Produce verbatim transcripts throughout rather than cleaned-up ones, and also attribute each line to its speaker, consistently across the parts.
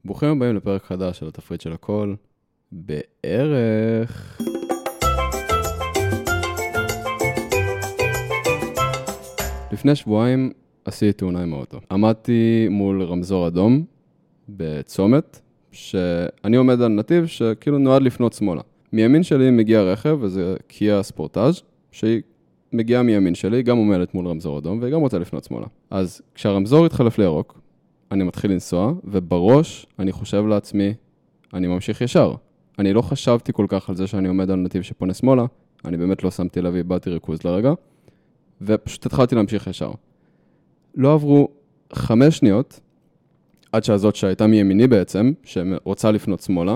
Speaker 1: ברוכים הבאים לפרק חדש של התפריט של הכל, בערך. לפני שבועיים עשיתי תאונה עם האוטו. עמדתי מול רמזור אדום בצומת, שאני עומד על נתיב שכאילו נועד לפנות שמאלה. מימין שלי מגיע רכב, וזה קיה ספורטאז' שהיא מגיעה מימין שלי, גם עומדת מול רמזור אדום, והיא גם רוצה לפנות שמאלה. אז כשהרמזור התחלף לירוק, אני מתחיל לנסוע, ובראש אני חושב לעצמי, אני ממשיך ישר. אני לא חשבתי כל כך על זה שאני עומד על נתיב שפונה שמאלה, אני באמת לא שמתי לב, איבדתי ריכוז לרגע, ופשוט התחלתי להמשיך ישר. לא עברו חמש שניות, עד שהזאת שהייתה מימיני בעצם, שרוצה לפנות שמאלה,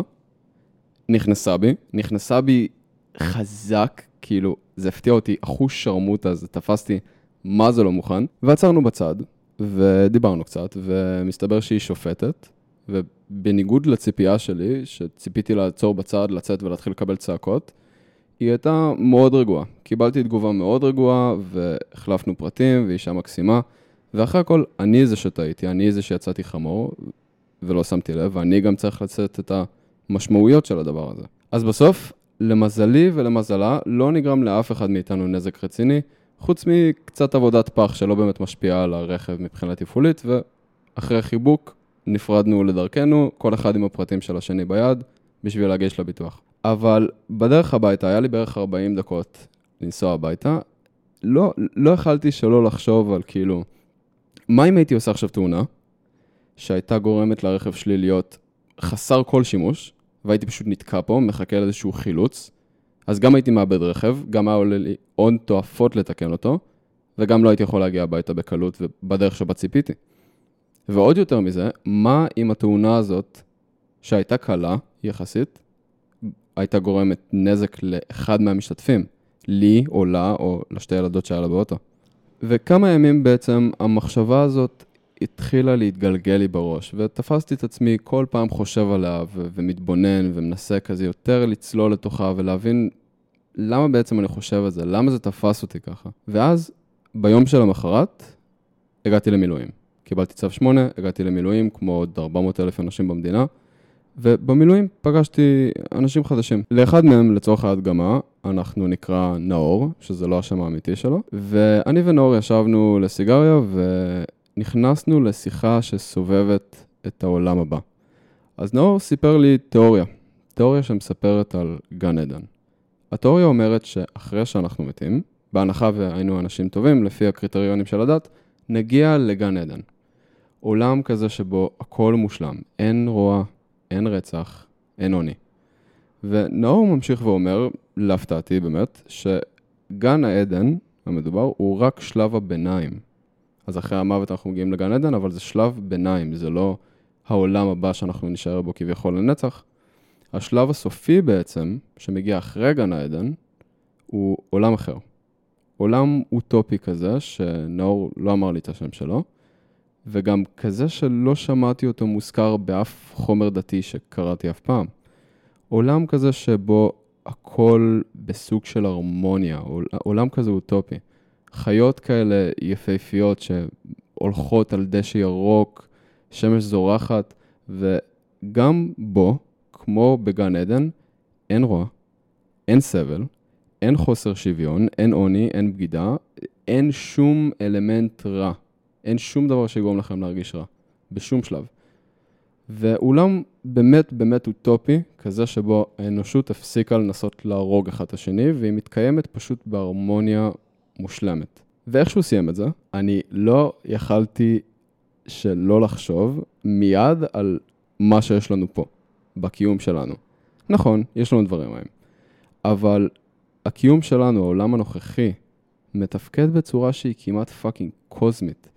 Speaker 1: נכנסה בי, נכנסה בי חזק, כאילו זה הפתיע אותי, אחוש שרמוטה, אז תפסתי מה זה לא מוכן, ועצרנו בצד, ודיברנו קצת, ומסתבר שהיא שופטת, ובניגוד לציפייה שלי, שציפיתי לעצור בצד, לצאת ולהתחיל לקבל צעקות, היא הייתה מאוד רגועה. קיבלתי תגובה מאוד רגועה, והחלפנו פרטים, והיא אישה מקסימה, ואחרי הכל, אני זה שטעיתי, אני זה שיצאתי חמור, ולא שמתי לב, ואני גם צריך לצאת את המשמעויות של הדבר הזה. אז בסוף, למזלי ולמזלה, לא נגרם לאף אחד מאיתנו נזק רציני, חוץ מקצת עבודת פח שלא באמת משפיעה על הרכב מבחינה תפעולית, ואחרי חיבוק נפרדנו לדרכנו, כל אחד עם הפרטים של השני ביד, בשביל להגיש לביטוח. אבל בדרך הביתה, היה לי בערך ארבעים דקות לנסוע הביתה, לא, לא החלתי שלא לחשוב על כאילו, מה אם הייתי עושה עכשיו תאונה, שהייתה גורמת לרכב שלי להיות חסר כל שימוש, והייתי פשוט נתקע פה, מחכה לאיזשהו חילוץ, אז גם הייתי מאבד רכב, גם היה עולה לי הון תועפות לתקן אותו, וגם לא הייתי יכול להגיע הביתה בקלות ובדרך שבה ציפיתי. ועוד יותר מזה, מה אם התאונה הזאת, שהייתה קלה יחסית, הייתה גורמת נזק לאחד מהמשתתפים, לי או לה או לשתי ילדות שהיה לה באוטו. וכמה ימים בעצם המחשבה הזאת התחילה להתגלגל לי בראש, ותפסתי את עצמי כל פעם חושב עליה ו- ומתבונן ומנסה כזה יותר לצלול לתוכה ולהבין למה בעצם אני חושב על זה, למה זה תפס אותי ככה. ואז ביום של המחרת הגעתי למילואים. קיבלתי צו שמונה, הגעתי למילואים כמו עוד ארבע מאות אלף אנשים במדינה, ובמילואים פגשתי אנשים חדשים. לאחד מהם, לצורך ההדגמה, אנחנו נקרא נאור, שזה לא השם האמיתי שלו, ואני ונאור ישבנו לסיגריה ונכנסנו לשיחה שסובבת את העולם הבא. אז נאור סיפר לי תיאוריה, תיאוריה שמספרת על גן עדן. התיאוריה אומרת שאחרי שאנחנו מתים, בהנחה והיינו אנשים טובים, לפי הקריטריונים של הדת, נגיע לגן עדן. עולם כזה שבו הכל מושלם, אין רוע, אין רצח, אין עוני. ונאור ממשיך ואומר, להפתעתי באמת, שגן העדן המדובר הוא רק שלב הביניים. אז אחרי המוות אנחנו מגיעים לגן עדן, אבל זה שלב ביניים, זה לא העולם הבא שאנחנו נשאר בו כביכול לנצח. השלב הסופי בעצם, שמגיע אחרי גן העדן, הוא עולם אחר. עולם אוטופי כזה, שנאור לא אמר לי את השם שלו, וגם כזה שלא שמעתי אותו מוזכר באף חומר דתי שקראתי אף פעם. עולם כזה שבו הכל בסוג של הרמוניה, עולם כזה אוטופי. חיות כאלה יפהפיות שהולכות על דשא ירוק, שמש זורחת, וגם בו, כמו בגן עדן, אין רוע, אין סבל, אין חוסר שוויון, אין עוני, אין בגידה, אין שום אלמנט רע. אין שום דבר שיגרום לכם להרגיש רע, בשום שלב. ואולם באמת באמת אוטופי, כזה שבו האנושות הפסיקה לנסות להרוג אחד את השני, והיא מתקיימת פשוט בהרמוניה מושלמת. ואיכשהו סיים את זה, אני לא יכלתי שלא לחשוב מיד על מה שיש לנו פה, בקיום שלנו. נכון, יש לנו דברים מהם. אבל הקיום שלנו, העולם הנוכחי, מתפקד בצורה שהיא כמעט פאקינג קוזמית.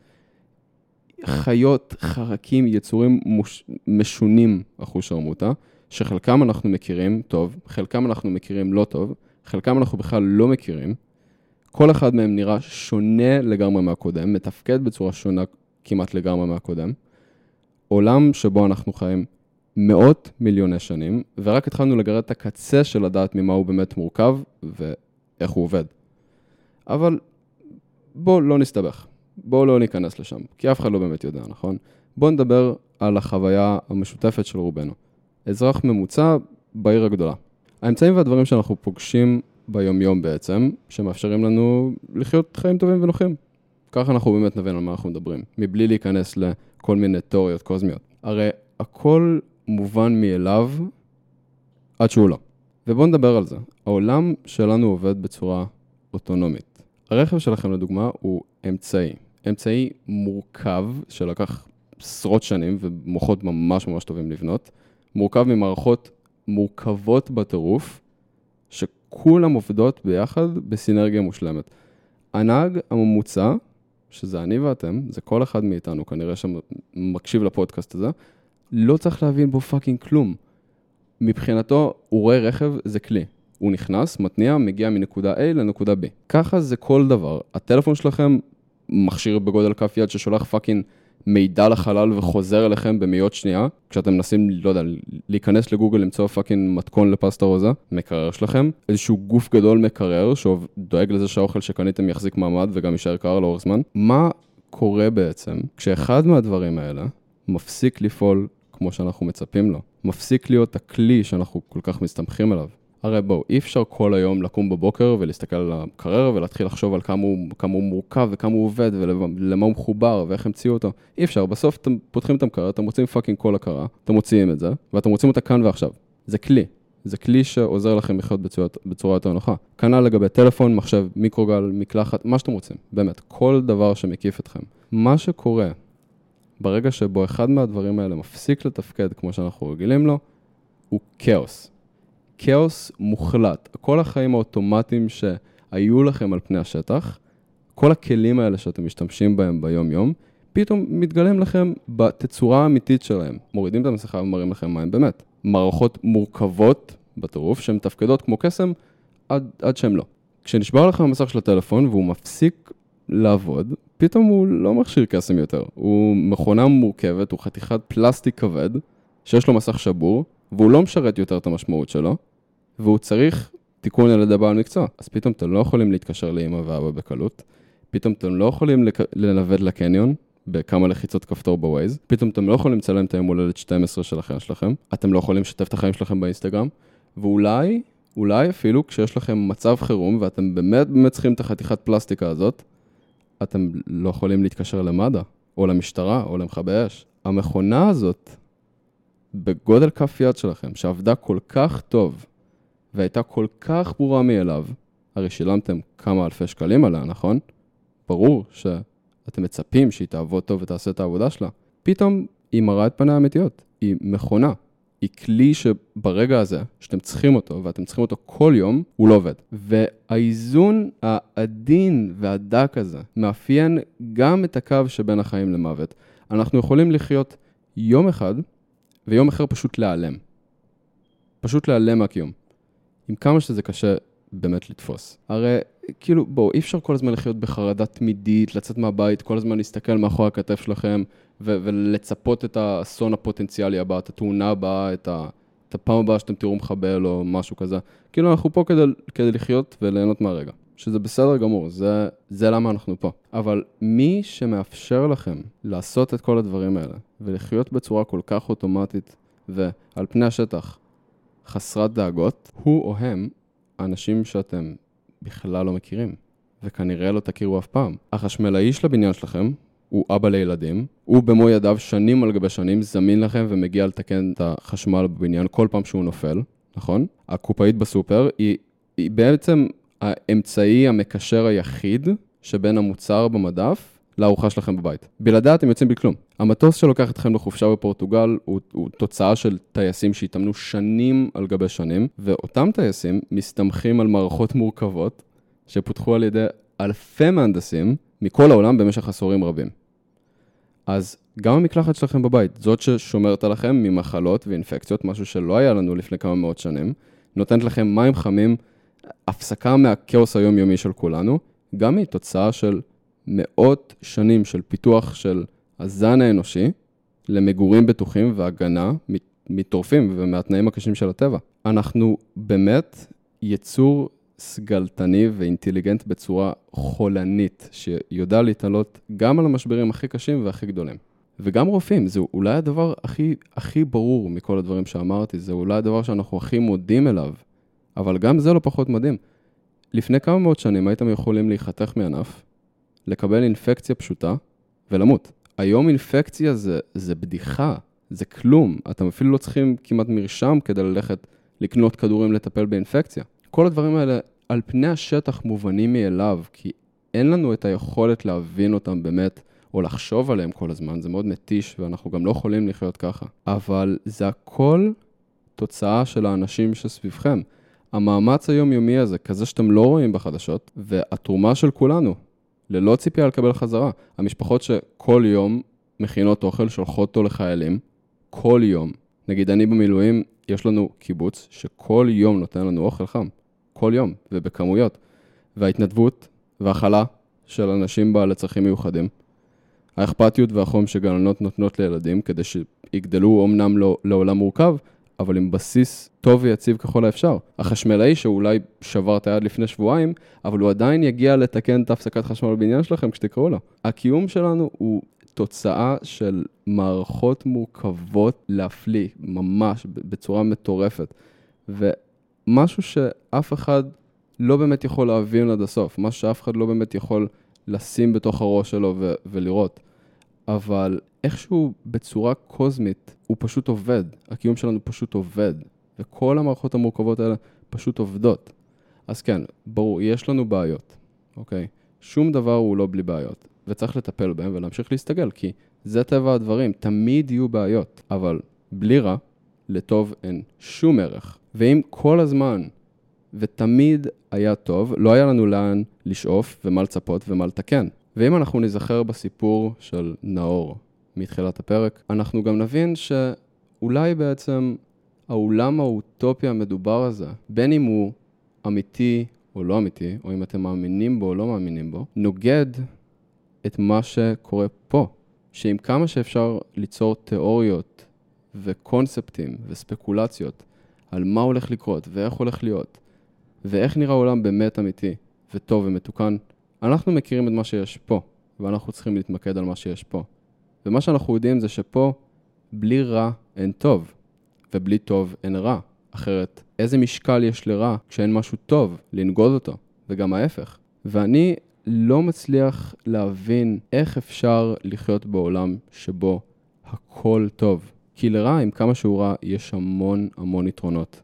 Speaker 1: חיות, חרקים, יצורים מוש... משונים אחוז שרמוטה, שחלקם אנחנו מכירים טוב, חלקם אנחנו מכירים לא טוב, חלקם אנחנו בכלל לא מכירים. כל אחד מהם נראה שונה לגמרי מהקודם, מתפקד בצורה שונה כמעט לגמרי מהקודם. עולם שבו אנחנו חיים מאות מיליוני שנים, ורק התחלנו לגרד את הקצה של לדעת ממה הוא באמת מורכב ואיך הוא עובד. אבל בוא לא נסתבך. בואו לא ניכנס לשם, כי אף אחד לא באמת יודע, נכון? בואו נדבר על החוויה המשותפת של רובנו. אזרח ממוצע בעיר הגדולה. האמצעים והדברים שאנחנו פוגשים ביום-יום בעצם, שמאפשרים לנו לחיות חיים טובים ונוחים. ככה אנחנו באמת נבין על מה אנחנו מדברים, מבלי להיכנס לכל מיני תיאוריות קוזמיות. הרי הכל מובן מאליו עד שהוא לא. ובואו נדבר על זה. העולם שלנו עובד בצורה אוטונומית. הרכב שלכם לדוגמה הוא אמצעי. אמצעי מורכב שלקח עשרות שנים ומוחות ממש ממש טובים לבנות. מורכב ממערכות מורכבות בטירוף, שכולם עובדות ביחד בסינרגיה מושלמת. הנהג הממוצע, שזה אני ואתם, זה כל אחד מאיתנו, כנראה שמקשיב לפודקאסט הזה, לא צריך להבין בו פאקינג כלום. מבחינתו, הוא רואה רכב, זה כלי. הוא נכנס, מתניע, מגיע מנקודה A לנקודה B. ככה זה כל דבר. הטלפון שלכם מכשיר בגודל כף יד ששולח פאקינג מידע לחלל וחוזר אליכם במאות שנייה, כשאתם מנסים, לא יודע, להיכנס לגוגל, למצוא פאקינג מתכון לפסטה רוזה, מקרר שלכם, איזשהו גוף גדול מקרר, שדואג לזה שהאוכל שקניתם יחזיק מעמד וגם יישאר קר לאורך זמן. מה קורה בעצם כשאחד מהדברים האלה מפסיק לפעול כמו שאנחנו מצפים לו? מפסיק להיות הכלי שאנחנו כל כך מסתמכים עליו. הרי בואו, אי אפשר כל היום לקום בבוקר ולהסתכל על המקרר ולהתחיל לחשוב על כמה הוא, כמה הוא מורכב וכמה הוא עובד ולמה הוא מחובר ואיך המציאו אותו. אי אפשר, בסוף אתם פותחים את המקרר, אתם מוצאים פאקינג כל הקרה, אתם מוציאים את זה, ואתם מוצאים אותה כאן ועכשיו. זה כלי. זה כלי שעוזר לכם לחיות בצורה, בצורה יותר נוחה. כנ"ל לגבי טלפון, מחשב, מיקרוגל, מקלחת, מה שאתם רוצים. באמת, כל דבר שמקיף אתכם. מה שקורה ברגע שבו אחד מהדברים האלה מפסיק לתפקד כמו שאנחנו רגילים לו, הוא כאוס. כאוס מוחלט. כל החיים האוטומטיים שהיו לכם על פני השטח, כל הכלים האלה שאתם משתמשים בהם ביום-יום, פתאום מתגלים לכם בתצורה האמיתית שלהם. מורידים את המסכה ומראים לכם מה הם באמת. מערכות מורכבות בטירוף, שהן מתפקדות כמו קסם עד, עד שהן לא. כשנשבר לכם המסך של הטלפון והוא מפסיק לעבוד, פתאום הוא לא מכשיר קסם יותר. הוא מכונה מורכבת, הוא חתיכת פלסטיק כבד, שיש לו מסך שבור, והוא לא משרת יותר את המשמעות שלו, והוא צריך תיקון על ידי בעל מקצוע. אז פתאום אתם לא יכולים להתקשר לאמא ואבא בקלות, פתאום אתם לא יכולים לנווט לקניון בכמה לחיצות כפתור בווייז, פתאום אתם לא יכולים לצלם את היום הולדת שתים עשרה של החיים שלכם, אתם לא יכולים לשתף את החיים שלכם באינסטגרם, ואולי, אולי אפילו כשיש לכם מצב חירום, ואתם באמת באמת צריכים את החתיכת פלסטיקה הזאת, אתם לא יכולים להתקשר למד"א, או למשטרה, או למכבי אש. המכונה הזאת, בגודל כף יד שלכם, שעבדה כל כך טוב, והייתה כל כך ברורה מאליו, הרי שילמתם כמה אלפי שקלים עליה, נכון? ברור שאתם מצפים שהיא תעבוד טוב ותעשה את העבודה שלה. פתאום היא מראה את פניה האמיתיות. היא מכונה. היא כלי שברגע הזה, שאתם צריכים אותו, ואתם צריכים אותו כל יום, הוא לא עובד. והאיזון העדין והדק הזה, מאפיין גם את הקו שבין החיים למוות. אנחנו יכולים לחיות יום אחד, ויום אחר פשוט להיעלם. פשוט להיעלם מהקיום. עם כמה שזה קשה באמת לתפוס. הרי, כאילו, בואו, אי אפשר כל הזמן לחיות בחרדה תמידית, לצאת מהבית, כל הזמן להסתכל מאחורי הכתף שלכם, ו- ולצפות את האסון הפוטנציאלי הבא, את התאונה הבאה, את, ה- את הפעם הבאה שאתם תראו מחבל או משהו כזה. כאילו, אנחנו פה כדי, כדי לחיות וליהנות מהרגע. שזה בסדר גמור, זה, זה למה אנחנו פה. אבל מי שמאפשר לכם לעשות את כל הדברים האלה, ולחיות בצורה כל כך אוטומטית, ועל פני השטח, חסרת דאגות, הוא או הם האנשים שאתם בכלל לא מכירים, וכנראה לא תכירו אף פעם. החשמלאי של הבניין שלכם הוא אבא לילדים, הוא במו ידיו שנים על גבי שנים זמין לכם ומגיע לתקן את החשמל בבניין כל פעם שהוא נופל, נכון? הקופאית בסופר היא, היא בעצם האמצעי המקשר היחיד שבין המוצר במדף לארוחה שלכם בבית. בלעדיה אתם יוצאים בלי כלום. המטוס שלוקח אתכם לחופשה בפורטוגל הוא, הוא תוצאה של טייסים שהתאמנו שנים על גבי שנים, ואותם טייסים מסתמכים על מערכות מורכבות שפותחו על ידי אלפי מהנדסים מכל העולם במשך עשורים רבים. אז גם המקלחת שלכם בבית, זאת ששומרת עליכם ממחלות ואינפקציות, משהו שלא היה לנו לפני כמה מאות שנים, נותנת לכם מים חמים, הפסקה מהכאוס היומיומי של כולנו, גם היא תוצאה של מאות שנים של פיתוח של הזן האנושי למגורים בטוחים והגנה מטורפים ומהתנאים הקשים של הטבע. אנחנו באמת יצור סגלתני ואינטליגנט בצורה חולנית, שיודע להתעלות גם על המשברים הכי קשים והכי גדולים. וגם רופאים, זה אולי הדבר הכי, הכי ברור מכל הדברים שאמרתי, זה אולי הדבר שאנחנו הכי מודים אליו, אבל גם זה לא פחות מדהים. לפני כמה מאות שנים הייתם יכולים להיחתך מענף, לקבל אינפקציה פשוטה ולמות. היום אינפקציה זה, זה בדיחה, זה כלום. אתם אפילו לא צריכים כמעט מרשם כדי ללכת לקנות כדורים לטפל באינפקציה. כל הדברים האלה על פני השטח מובנים מאליו, כי אין לנו את היכולת להבין אותם באמת, או לחשוב עליהם כל הזמן. זה מאוד מתיש, ואנחנו גם לא יכולים לחיות ככה. אבל זה הכל תוצאה של האנשים שסביבכם. המאמץ היומיומי הזה, כזה שאתם לא רואים בחדשות, והתרומה של כולנו, ללא ציפייה לקבל חזרה. המשפחות שכל יום מכינות אוכל, שולחות אותו לחיילים, כל יום. נגיד, אני במילואים, יש לנו קיבוץ שכל יום נותן לנו אוכל חם. כל יום, ובכמויות. וההתנדבות והחלה של אנשים בעלי צרכים מיוחדים. האכפתיות והחום שגננות נותנות לילדים, כדי שיגדלו אומנם לא, לעולם מורכב, אבל עם בסיס טוב ויציב ככל האפשר. החשמלאי שאולי שבר את היד לפני שבועיים, אבל הוא עדיין יגיע לתקן את הפסקת חשמל בבניין שלכם כשתקראו לו. הקיום שלנו הוא תוצאה של מערכות מורכבות להפליא, ממש, בצורה מטורפת. ומשהו שאף אחד לא באמת יכול להבין עד הסוף, משהו שאף אחד לא באמת יכול לשים בתוך הראש שלו ו- ולראות. אבל איכשהו בצורה קוזמית הוא פשוט עובד. הקיום שלנו פשוט עובד. וכל המערכות המורכבות האלה פשוט עובדות. אז כן, ברור, יש לנו בעיות. אוקיי? שום דבר הוא לא בלי בעיות. וצריך לטפל בהם ולהמשיך להסתגל, כי זה טבע הדברים. תמיד יהיו בעיות. אבל בלי רע, לטוב אין שום ערך. ואם כל הזמן ותמיד היה טוב, לא היה לנו לאן לשאוף ומה לצפות ומה לתקן. ואם אנחנו נזכר בסיפור של נאור מתחילת הפרק, אנחנו גם נבין שאולי בעצם העולם האוטופי המדובר הזה, בין אם הוא אמיתי או לא אמיתי, או אם אתם מאמינים בו או לא מאמינים בו, נוגד את מה שקורה פה. שעם כמה שאפשר ליצור תיאוריות וקונספטים וספקולציות על מה הולך לקרות ואיך הולך להיות, ואיך נראה העולם באמת אמיתי וטוב ומתוקן, אנחנו מכירים את מה שיש פה, ואנחנו צריכים להתמקד על מה שיש פה. ומה שאנחנו יודעים זה שפה, בלי רע אין טוב, ובלי טוב אין רע. אחרת, איזה משקל יש לרע כשאין משהו טוב, לנגוד אותו, וגם ההפך. ואני לא מצליח להבין איך אפשר לחיות בעולם שבו הכל טוב. כי לרע, עם כמה שהוא רע, יש המון המון יתרונות.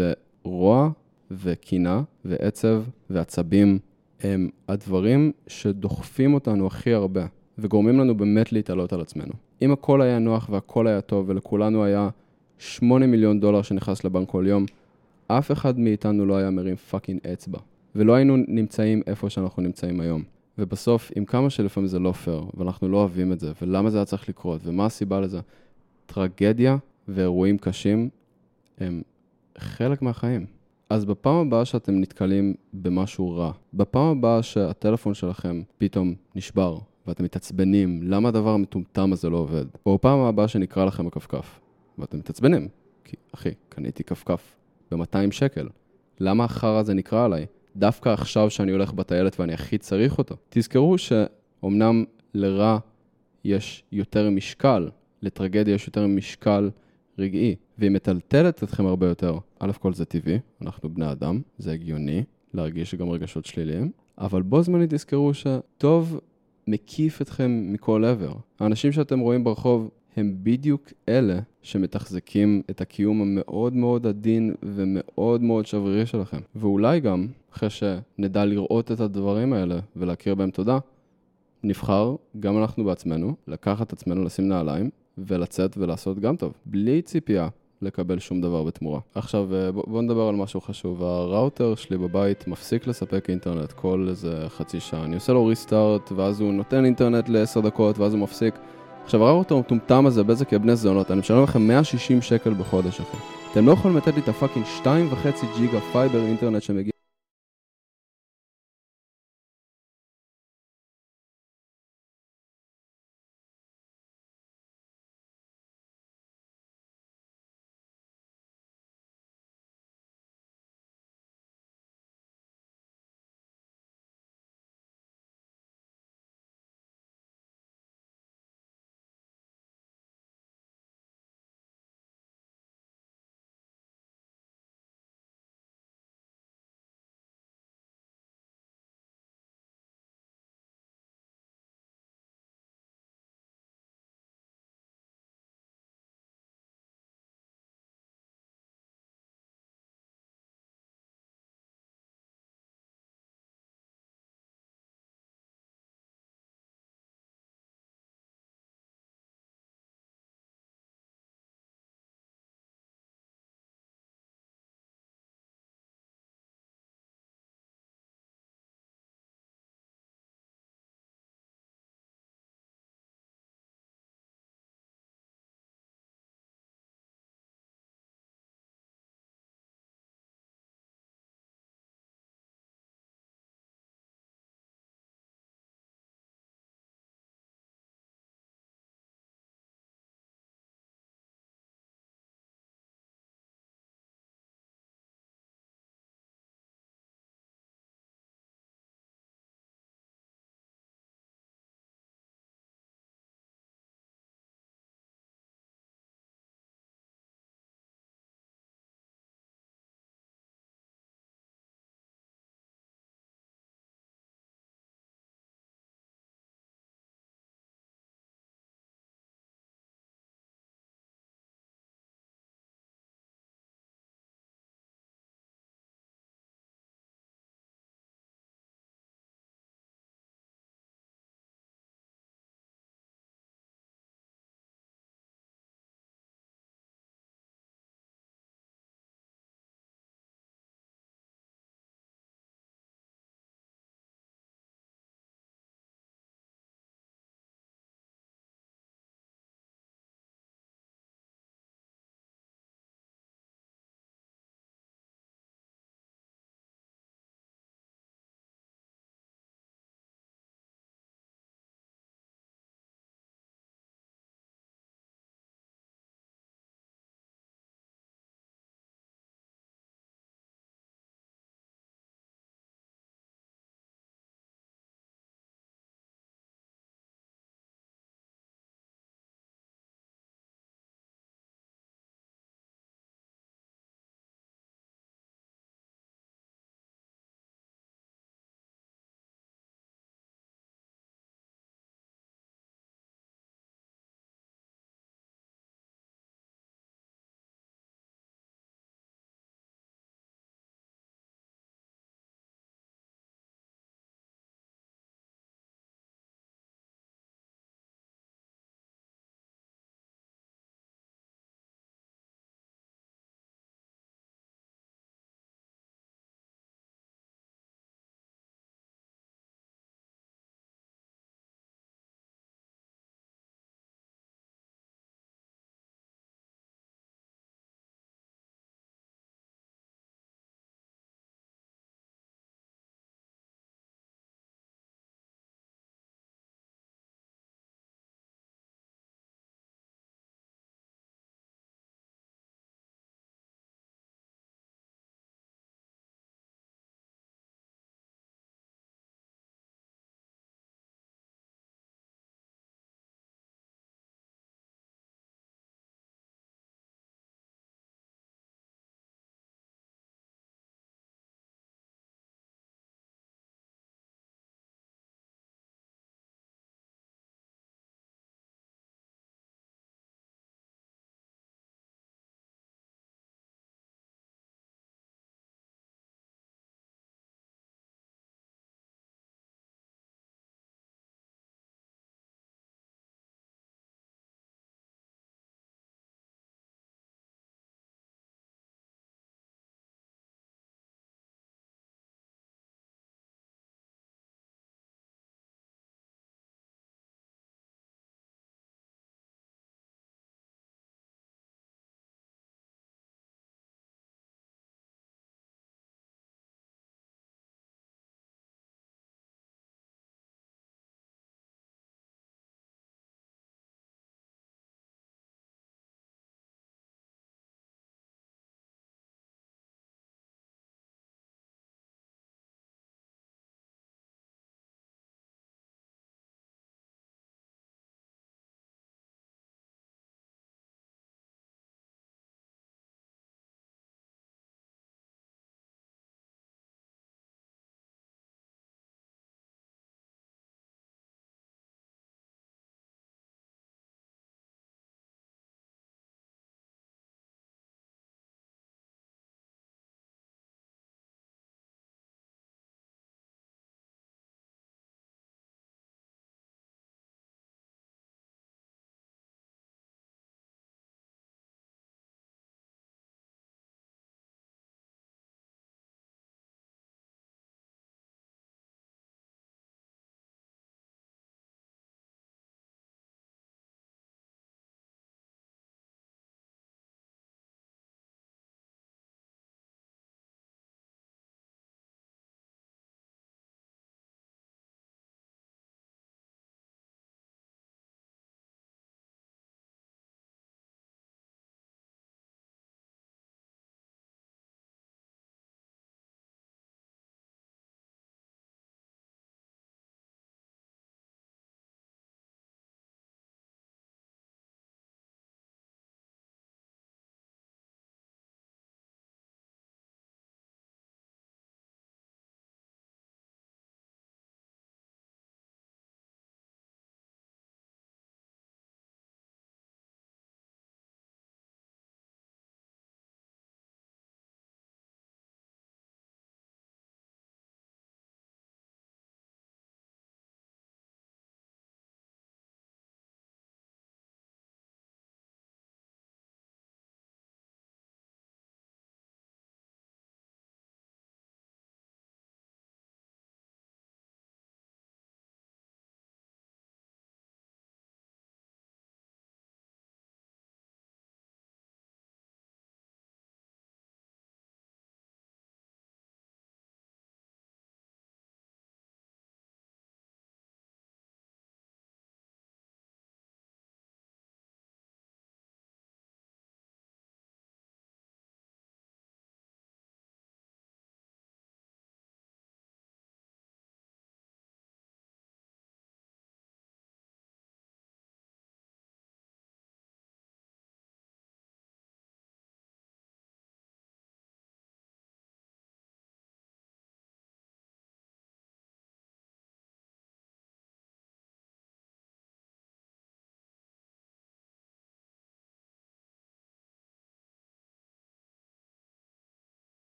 Speaker 1: ורוע וקינה ועצב ועצבים הם הדברים שדוחפים אותנו הכי הרבה, וגורמים לנו באמת להתעלות על עצמנו. אם הכל היה נוח והכל היה טוב, ולכולנו היה שמונה מיליון דולר שנכנס לבנק כל יום, אף אחד מאיתנו לא היה מרים פאקינג אצבע. ולא היינו נמצאים איפה שאנחנו נמצאים היום. ובסוף, עם כמה שלפעמים זה לא פייר, ואנחנו לא אוהבים את זה, ולמה זה היה צריך לקרות, ומה הסיבה לזה, טרגדיה ואירועים קשים הם חלק מהחיים. אז בפעם הבאה שאתם נתקלים במשהו רע, בפעם הבאה שהטלפון שלכם פתאום נשבר, ואתם מתעצבנים, למה הדבר המטומטם הזה לא עובד? או בפעם הבאה שנקרא לכם הכפכף, ואתם מתעצבנים, כי אחי, קניתי כפכף ב-מאתיים שקל. למה החרא הזה נקרא עליי? דווקא עכשיו שאני הולך בטיילת ואני הכי צריך אותו. תזכרו שאומנם לרע יש יותר משקל, לטרגדיה יש יותר משקל רגעי, והיא מטלטלת אתכם הרבה יותר. א' כל זה טבעי, אנחנו בני אדם, זה הגיוני, להרגיש גם רגשות שליליים, אבל בו זמנית תזכרו שטוב מקיף אתכם מכל עבר. האנשים שאתם רואים ברחוב הם בדיוק אלה שמתחזקים את הקיום המאוד מאוד עדין ומאוד מאוד שברירי שלכם. ואולי גם, אחרי שנדע לראות את הדברים האלה ולהכיר בהם תודה, נבחר, גם אנחנו בעצמנו, לקחת עצמנו, לשים נעליים, ולצאת ולעשות גם טוב, בלי ציפייה לקבל שום דבר בתמורה. עכשיו, בואו נדבר על משהו חשוב. הראוטר שלי בבית מפסיק לספק אינטרנט כל איזה חצי שעה. אני עושה לו ריסטארט, ואז הוא נותן אינטרנט לעשר דקות, ואז הוא מפסיק. עכשיו, הראוטר המטומטם הזה, בזק כבני זונות, אני משלם לכם מאה ושישים שקל בחודש, אחי. אתם לא יכולים לתת לי את הפאקינג שתיים וחצי ג'יגה פייבר אינטרנט שמגיע